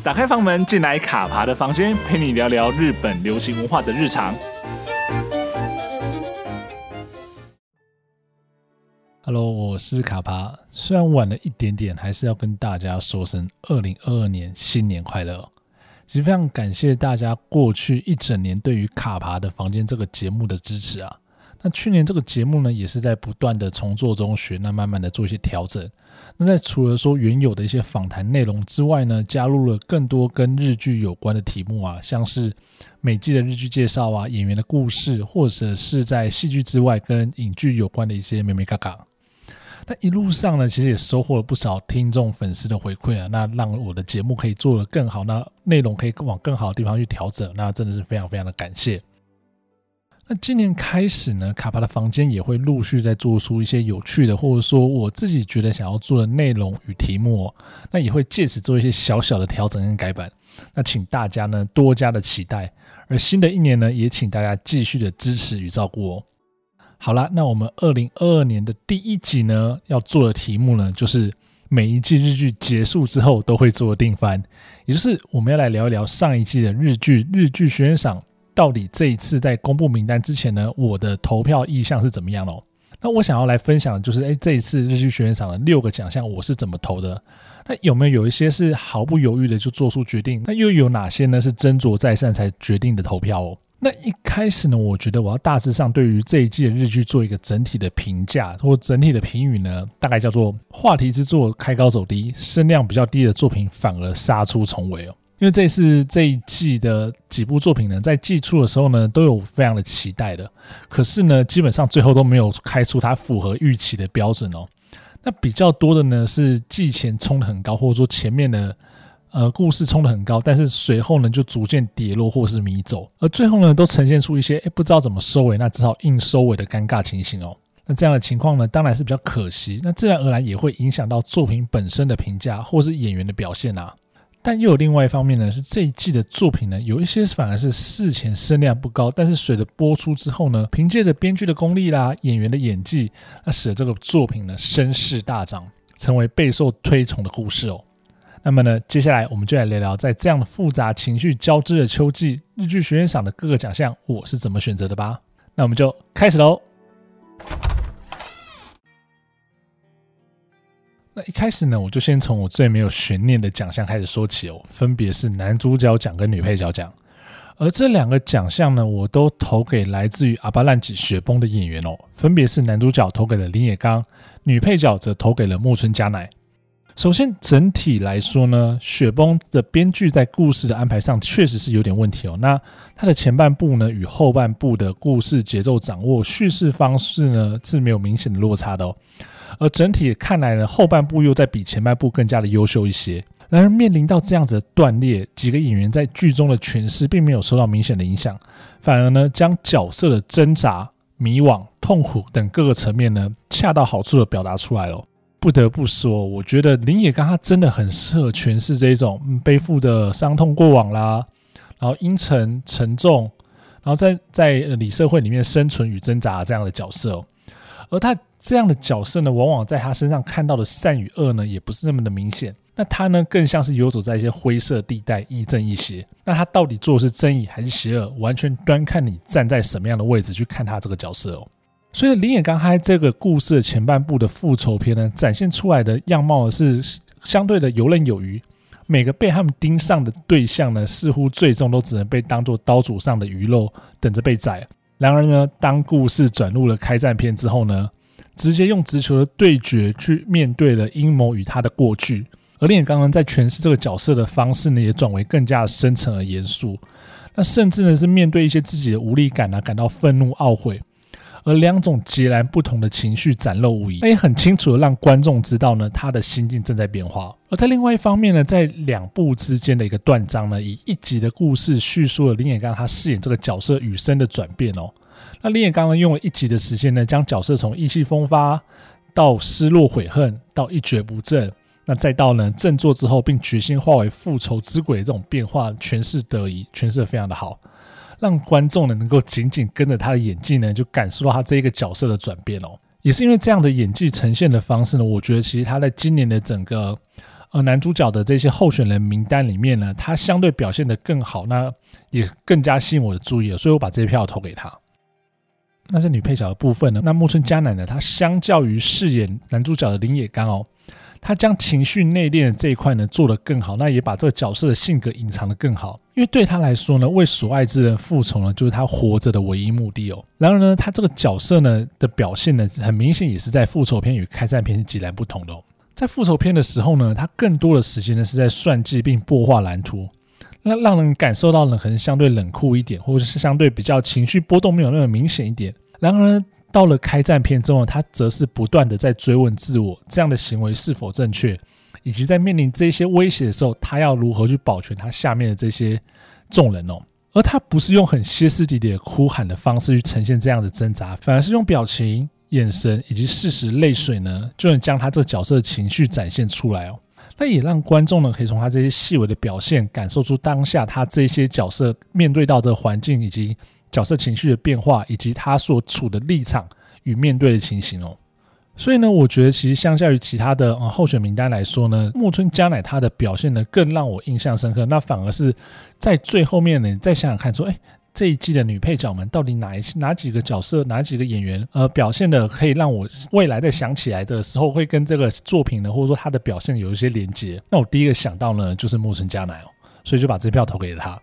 打开房门，进来卡爬的房间，陪你聊聊日本流行文化的日常。 Hello， 我是卡爬。虽然晚了一点点，还是要跟大家说声2022年新年快乐。其实非常感谢大家过去一整年对于卡爬的房间这个节目的支持啊。那去年这个节目呢，也是在不断的重做中学，那慢慢的做一些调整。那在除了说原有的一些访谈内容之外呢，加入了更多跟日剧有关的题目啊，像是每季的日剧介绍啊、演员的故事，或者是在戏剧之外跟影剧有关的一些眉眉角角。那一路上呢，其实也收获了不少听众粉丝的回馈啊，那让我的节目可以做得更好，那内容可以往更好的地方去调整，那真的是非常非常的感谢。那今年开始呢，卡爬的房间也会陆续在做出一些有趣的，或者说我自己觉得想要做的内容与题目哦，那也会借此做一些小小的调整跟改版。那请大家呢多加的期待，而新的一年呢，也请大家继续的支持与照顾哦。好啦，那我们2022年的第一集呢，要做的题目呢，就是每一季日剧结束之后都会做的定番，也就是我们要来聊一聊上一季的日剧学院赏。到底这一次在公布名单之前呢，我的投票意向是怎么样咯？那我想要来分享的就是这一次日剧学院赏的6个奖项我是怎么投的。那有没有一些是毫不犹豫的就做出决定，那又有哪些呢是斟酌再三才决定的投票哦？那一开始呢，我觉得我要大致上对于这一季的日剧做一个整体的评价或整体的评语呢，大概叫做话题之作开高走低，声量比较低的作品反而杀出重围哦。因为这次这一季的几部作品呢，在季初的时候呢，都有非常的期待的，可是呢，基本上最后都没有开出它符合预期的标准哦。那比较多的呢，是季前冲得很高，或者说前面的故事冲得很高，但是随后呢就逐渐跌落或是迷走，而最后呢都呈现出一些不知道怎么收尾，那只好硬收尾的尴尬情形哦。那这样的情况呢，当然是比较可惜，那自然而然也会影响到作品本身的评价或是演员的表现啊。但又有另外一方面呢，是这一季的作品呢，有一些反而是事前声量不高，但是随着播出之后呢，凭借着编剧的功力啦、演员的演技，那使得这个作品呢声势大涨，成为备受推崇的故事哦。那么呢，接下来我们就来聊聊在这样的复杂情绪交织的秋季，日剧学院赏的各个奖项我是怎么选择的吧。那我们就开始咯。那一开始呢，我就先从我最没有悬念的奖项开始说起哦，分别是男主角奖跟女配角奖。而这2个奖项呢，我都投给来自于阿巴兰吉雪崩的演员哦，分别是男主角投给了林野刚，女配角则投给了木村佳乃。首先整体来说呢，雪崩的编剧在故事的安排上确实是有点问题哦。那他的前半部呢与后半部的故事节奏掌握、叙事方式呢是没有明显的落差的哦。而整体看来呢，后半部又在比前半部更加的优秀一些。然而面临到这样子的断裂，几个演员在剧中的诠释并没有受到明显的影响，反而呢将角色的挣扎、迷惘、痛苦等各个层面呢恰到好处的表达出来了。不得不说，我觉得林野刚他真的很适合诠释这一种背负的伤痛过往啦，然后阴沉沉重，然后在里社会里面生存与挣扎这样的角色哦。而他这样的角色呢，往往在他身上看到的善与恶呢，也不是那么的明显。那他呢，更像是游走在一些灰色地带，亦正亦邪。那他到底做的是正义还是邪恶，完全端看你站在什么样的位置去看他这个角色哦。所以林野刚在这个故事的前半部的复仇篇呢，展现出来的样貌是相对的游刃有余。每个被他们盯上的对象呢，似乎最终都只能被当作刀俎上的鱼肉，等着被宰。然而呢，当故事转入了开战篇之后呢，直接用直球的对决去面对了阴谋与他的过去。而林野刚在诠释这个角色的方式呢，也转为更加的深沉而严肃。那甚至呢是面对一些自己的无力感啊，感到愤怒懊悔。而2种截然不同的情绪展露无遗，也很清楚的让观众知道呢，他的心境正在变化。而在另外一方面呢，在2部之间的一个断章呢，以1集的故事叙述了林野刚他饰演这个角色与生的转变哦。那林野刚呢，用了1集的时间呢，将角色从意气风发到失落悔恨，到一蹶不振，那再到呢振作之后，并决心化为复仇之鬼的这种变化，诠释得宜，诠释得非常的好。让观众呢能够紧紧跟着他的演技呢，就感受到他这一个角色的转变哦。也是因为这样的演技呈现的方式呢，我觉得其实他在今年的整个男主角的这些候选人名单里面呢，他相对表现得更好，那也更加吸引我的注意了，所以我把这一票投给他。那在女配角的部分呢，那木村佳乃呢，她相较于饰演男主角的林野刚他将情绪内敛的这一块呢做得更好，那也把这个角色的性格隐藏得更好。因为对他来说呢，为所爱之人复仇呢，就是他活着的唯一目的然而呢，他这个角色呢的表现呢，很明显也是在复仇片与开战片是截然不同的在复仇片的时候呢，他更多的时间呢是在算计并擘画蓝图，那让人感受到呢可能相对冷酷一点，或者是相对比较情绪波动没有那么明显一点。然而呢，到了开战片中呢，他则是不断的在追问自我，这样的行为是否正确，以及在面临这些威胁的时候，他要如何去保全他下面的这些众人而他不是用很歇斯底里的哭喊的方式去呈现这样的挣扎，反而是用表情、眼神以及适时泪水呢，就能将他这个角色的情绪展现出来那也让观众呢可以从他这些细微的表现，感受出当下他这些角色面对到这个环境以及角色情绪的变化，以及他所处的立场与面对的情形所以呢，我觉得其实相较于其他的候选名单来说呢，木村佳乃他的表现呢更让我印象深刻。那反而是在最后面呢，你再想想看说，这一季的女配角们到底哪几个角色、哪几个演员表现的可以让我未来再想起来的时候会跟这个作品呢，或者说他的表现有一些连结。那我第一个想到呢就是木村佳乃所以就把这票投给了他。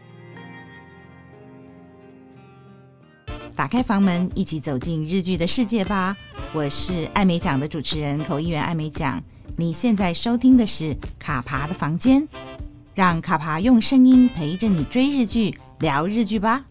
打开房门，一起走进日剧的世界吧！我是艾美奖的主持人口译员艾美奖。你现在收听的是卡爬的房间，让卡爬用声音陪着你追日剧、聊日剧吧。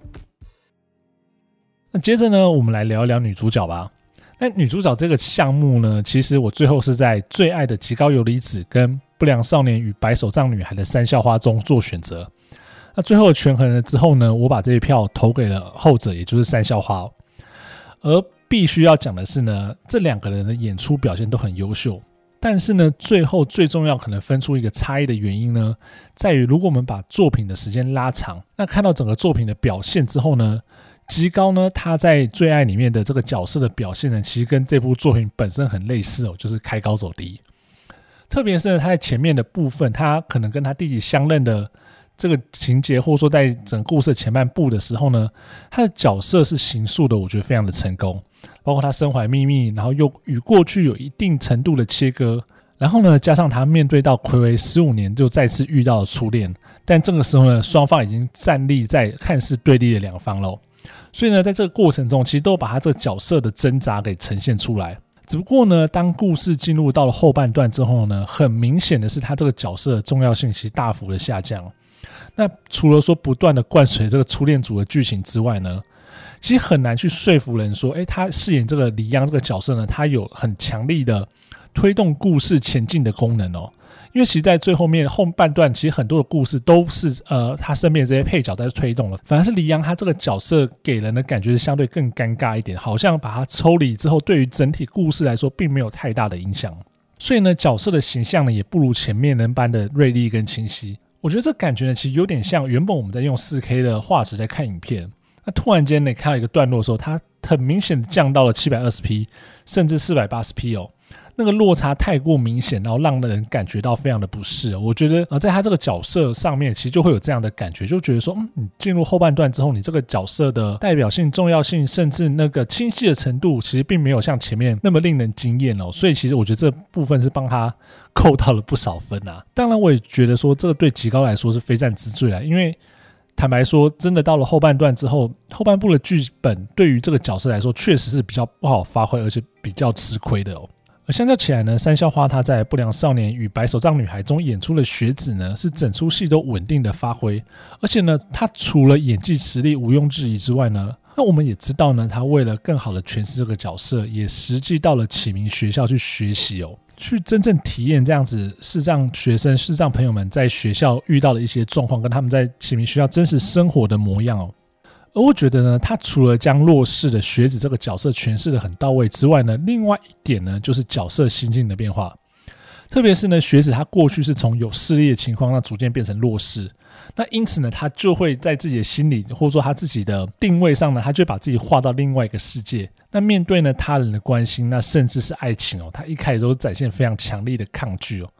那接着呢，我们来聊一聊女主角吧。那女主角这个项目呢，其实我最后是在最爱的吉高由里子跟不良少年与白手杖女孩的三校花中做选择。那最后的权衡了之后呢，我把这一票投给了后者，也就是三校花而必须要讲的是呢，这两个人的演出表现都很优秀，但是呢，最后最重要可能分出一个差异的原因呢，在于如果我们把作品的时间拉长，那看到整个作品的表现之后呢，吉高呢他在最爱里面的这个角色的表现呢，其实跟这部作品本身很类似就是开高走低。特别是他在前面的部分，他可能跟他弟弟相认的这个情节，或者说在整个故事前半部的时候呢，他的角色是形塑的我觉得非常的成功，包括他身怀秘密，然后又与过去有一定程度的切割，然后呢加上他面对到睽违15年就再次遇到了初恋，但这个时候呢双方已经站立在看似对立的两方了，所以呢在这个过程中其实都把他这个角色的挣扎给呈现出来。只不过呢，当故事进入到了后半段之后呢，很明显的是他这个角色的重要性其实大幅的下降。那除了说不断的灌水这个初恋组的剧情之外呢，其实很难去说服人说，他饰演这个李央这个角色呢，他有很强力的推动故事前进的功能因为其实在最后面后半段，其实很多的故事都是他身边这些配角在推动了，反而是李央他这个角色给人的感觉是相对更尴尬一点，好像把他抽离之后，对于整体故事来说并没有太大的影响，所以呢角色的形象呢也不如前面那般的锐利跟清晰。我觉得这感觉呢，其实有点像原本我们在用 4K 的画质在看影片，那突然间你看到一个段落的时候，它很明显的降到了 720p 甚至 480p 那个落差太过明显，然后让人感觉到非常的不适。我觉得在他这个角色上面其实就会有这样的感觉，就觉得说你进入后半段之后，你这个角色的代表性、重要性甚至那个清晰的程度其实并没有像前面那么令人惊艳所以其实我觉得这部分是帮他扣到了不少分当然我也觉得说这个对吉高来说是非战之罪因为坦白说真的到了后半段之后，后半部的剧本对于这个角色来说确实是比较不好发挥，而且比较吃亏的而相较起来呢，三校花她在《不良少年与白手杖女孩》中演出的雪子呢，是整出戏都稳定的发挥，而且呢，她除了演技实力毋庸置疑之外呢，那我们也知道呢，她为了更好的诠释这个角色，也实际到了启明学校去学习去真正体验这样子视障学生、视障朋友们在学校遇到的一些状况，跟他们在启明学校真实生活的模样而我觉得呢，他除了将弱势的学子这个角色诠释得很到位之外呢，另外一点呢，就是角色心境的变化。特别是呢，学子他过去是从有视力的情况，那逐渐变成弱势，那因此呢，他就会在自己的心里，或者说他自己的定位上呢，他就会把自己划到另外一个世界。那面对呢他人的关心，那甚至是爱情他一开始都展现非常强力的抗拒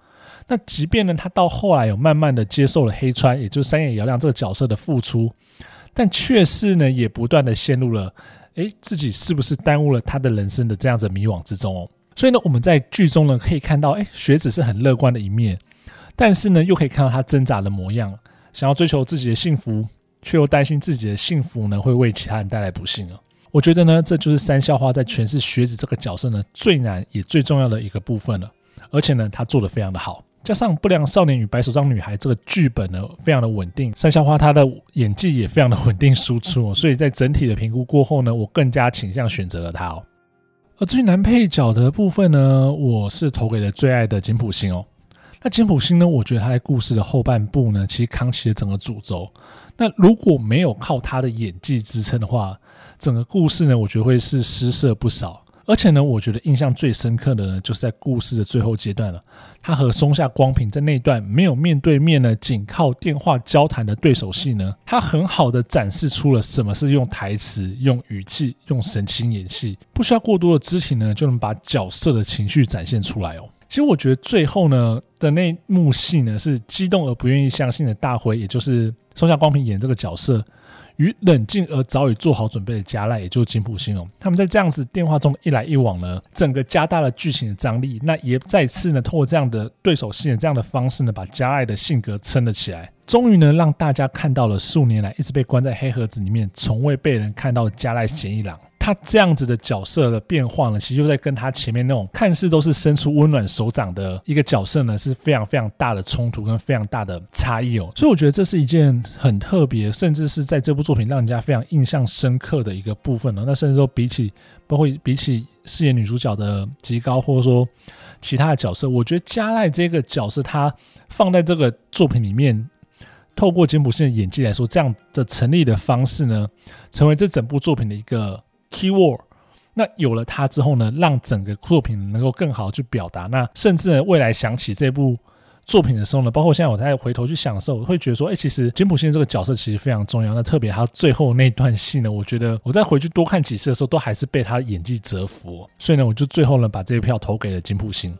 那即便呢他到后来有慢慢的接受了黑川，也就是山野遥亮这个角色的付出，但确实呢也不断的陷入了自己是不是耽误了他的人生的这样子的迷惘之中哦。所以呢我们在剧中呢可以看到雪子是很乐观的一面，但是呢又可以看到他挣扎的模样，想要追求自己的幸福，却又担心自己的幸福呢会为其他人带来不幸哦。我觉得呢这就是山校花在诠释雪子这个角色呢最难也最重要的一个部分了，而且呢他做得非常的好，加上不良少年与白手杖女孩这个剧本呢非常的稳定，山校花她的演技也非常的稳定输出所以在整体的评估过后呢我更加倾向选择了她哦。而至于男配角的部分呢我是投给了最爱的金普星哦。那金普星呢我觉得他在故事的后半部呢其实扛起了整个主轴，那如果没有靠他的演技支撑的话，整个故事呢我觉得会是失色不少。而且呢我觉得印象最深刻的呢就是在故事的最后阶段了，他和松下光平在那段没有面对面呢仅靠电话交谈的对手戏呢，他很好的展示出了什么是用台词、用语气、用神情演戏，不需要过多的肢体呢就能把角色的情绪展现出来哦。其实我觉得最后呢的那幕戏呢是激动而不愿意相信的大辉，也就是松下光平演这个角色，与冷静而早已做好准备的加赖，也就是金普星哦，他们在这样子电话中的一来一往呢，整个加大了剧情的张力，那也再次呢透过这样的对手戏的这样的方式呢，把加赖的性格撑了起来，终于呢让大家看到了数年来一直被关在黑盒子里面，从未被人看到的加赖贤一郎。他这样子的角色的变化呢，其实就在跟他前面那种看似都是伸出温暖手掌的一个角色呢，是非常非常大的冲突跟非常大的差异哦。所以我觉得这是一件很特别，甚至是在这部作品让人家非常印象深刻的一个部分哦。那甚至说包括比起饰演女主角的极高，或者说其他的角色，我觉得加赖这个角色，他放在这个作品里面，透过金普星的演技来说，这样的成立的方式呢，成为这整部作品的一个keyword， 那有了它之后呢，让整个作品能够更好去表达。那甚至呢，未来想起这部作品的时候呢，包括现在我在回头去想的时候，我会觉得说，其实金普星这个角色其实非常重要。那特别他最后那段戏呢，我觉得我再回去多看几次的时候，都还是被他的演技折服所以呢，我就最后呢把这一票投给了金普星。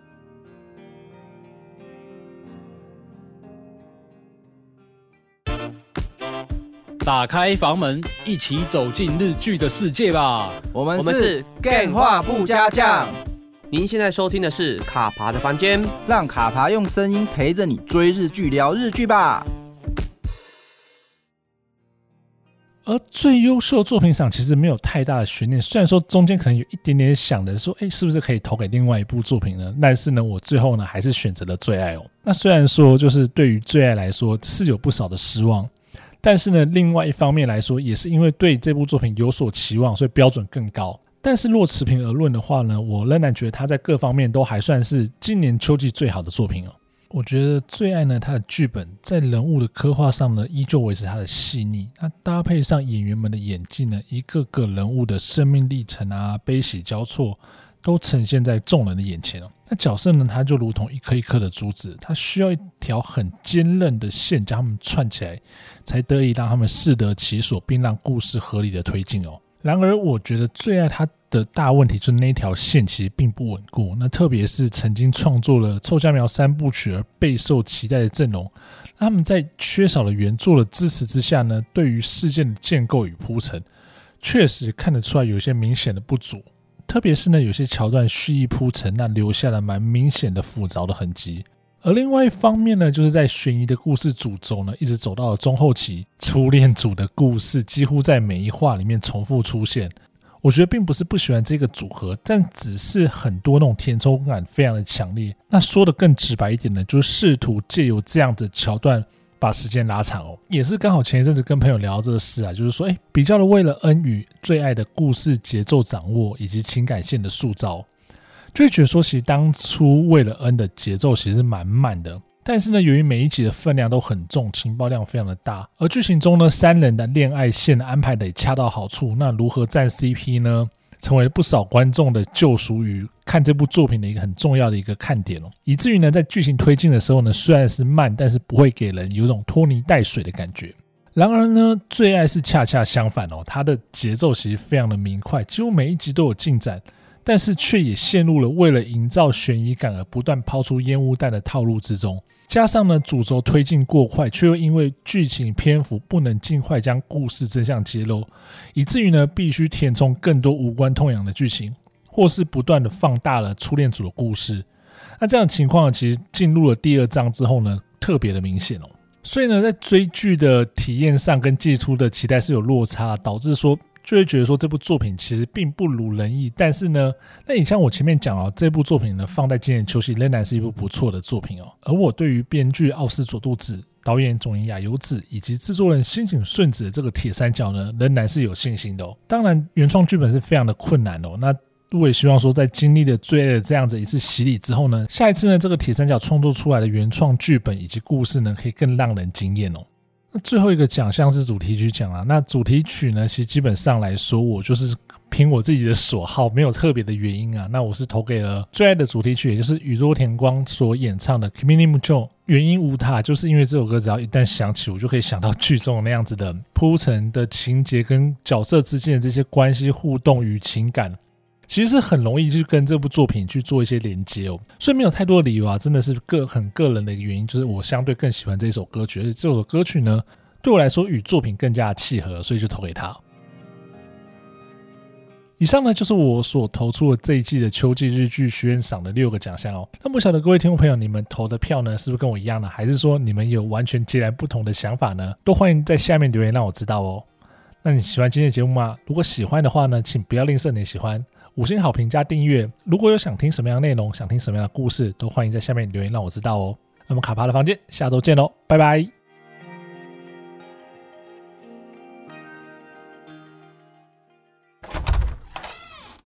打开房门，一起走进日剧的世界吧！ 我们是干话不加酱。您现在收听的是卡爬的房间， 让卡爬用声音陪着你追日剧、聊日剧吧。 而最优秀的作品赏其实没有太大的悬念，虽然说中间可能有一点点想的说，是不是可以投给另外一部作品呢？但是呢，我最后呢还是选择了最爱哦。那虽然说就是对于最爱来说是有不少的失望。但是呢，另外一方面来说，也是因为对这部作品有所期望，所以标准更高。但是若持平而论的话呢，我仍然觉得它在各方面都还算是今年秋季最好的作品哦。我觉得最爱呢，它的剧本在人物的刻画上呢，依旧维持它的细腻。那搭配上演员们的演技呢，一个个人物的生命历程啊，悲喜交错，都呈现在众人的眼前哦。那角色呢，它就如同一颗一颗的珠子，它需要一条很坚韧的线将它们串起来，才得以让他们适得其所，并让故事合理的推进哦。然而，我觉得最爱它的大问题就是那条线其实并不稳固。那特别是曾经创作了臭家苗三部曲而备受期待的阵容，他们在缺少了原作的支持之下呢，对于事件的建构与铺陈，确实看得出来有一些明显的不足。特别是呢，有些桥段蓄意铺陈，那留下了蛮明显的复杂的痕迹。而另外一方面呢，就是在悬疑的故事主轴呢，一直走到了中后期，初恋组的故事几乎在每一话里面重复出现。我觉得并不是不喜欢这个组合，但只是很多那种填充感非常的强烈。那说的更直白一点呢，就是试图借由这样的桥段把时间拉长哦。也是刚好前一阵子跟朋友聊到这个事啊，就是说比较了为了恩与最爱的故事节奏掌握以及情感线的塑造，就会觉得说其实当初为了恩的节奏其实蛮慢的，但是呢，由于每一集的分量都很重，情报量非常的大，而剧情中呢三人的恋爱线安排的也恰到好处，那如何站 CP 呢，成为不少观众的救赎与看这部作品的一个很重要的一个看点哦。以至于呢，在剧情推进的时候呢，虽然是慢，但是不会给人有种拖泥带水的感觉。然而呢，最爱是恰恰相反哦，它的节奏其实非常的明快，几乎每一集都有进展。 但是却也陷入了为了营造悬疑感而不断抛出烟雾弹的套路之中。加上呢，主轴推进过快，却又因为剧情篇幅不能尽快将故事真相揭露，以至于呢必须填充更多无关痛痒的剧情，或是不断的放大了初恋组的故事。那这样的情况呢，其实进入了第2章之后呢，特别的明显哦。所以呢，在追剧的体验上跟寄出的期待是有落差，导致说就会觉得说这部作品其实并不如人意。但是呢，那你像我前面讲哦，这部作品呢放在今年秋季仍然是一部不错的作品哦。而我对于编剧奥斯佐渡子、导演总野雅由子以及制作人新井顺子的这个铁三角呢，仍然是有信心的哦。当然，原创剧本是非常的困难哦。那我也希望说，在经历了追爱的这样子一次洗礼之后呢，下一次呢，这个铁三角创作出来的原创剧本以及故事呢，可以更让人惊艳哦。那最后一个奖项是主题曲奖啊。那主题曲呢，其实基本上来说，我就是凭我自己的所好，没有特别的原因啊。那我是投给了最爱的主题曲，也就是宇多田光所演唱的《Kimi ni Mucho》。原因无他，就是因为这首歌只要一旦响起，我就可以想到剧中的那样子的铺陈的情节跟角色之间的这些关系互动与情感。其实是很容易去跟这部作品去做一些连接哦，所以没有太多的理由啊，真的是很个人的一个原因，就是我相对更喜欢这首歌曲，而且这首歌曲呢，对我来说与作品更加契合，所以就投给他。以上呢就是我所投出的这一季的秋季日剧学院赏的6个奖项哦。那不晓得各位听众朋友，你们投的票呢，是不是跟我一样呢？还是说你们有完全截然不同的想法呢？都欢迎在下面留言让我知道哦。那你喜欢今天的节目吗？如果喜欢的话呢，请不要吝啬你的喜欢，5星好评加订阅。如果有想听什么样的内容，想听什么样的故事，都欢迎在下面留言让我知道哦。那么卡帕的房间下周见咯，拜拜。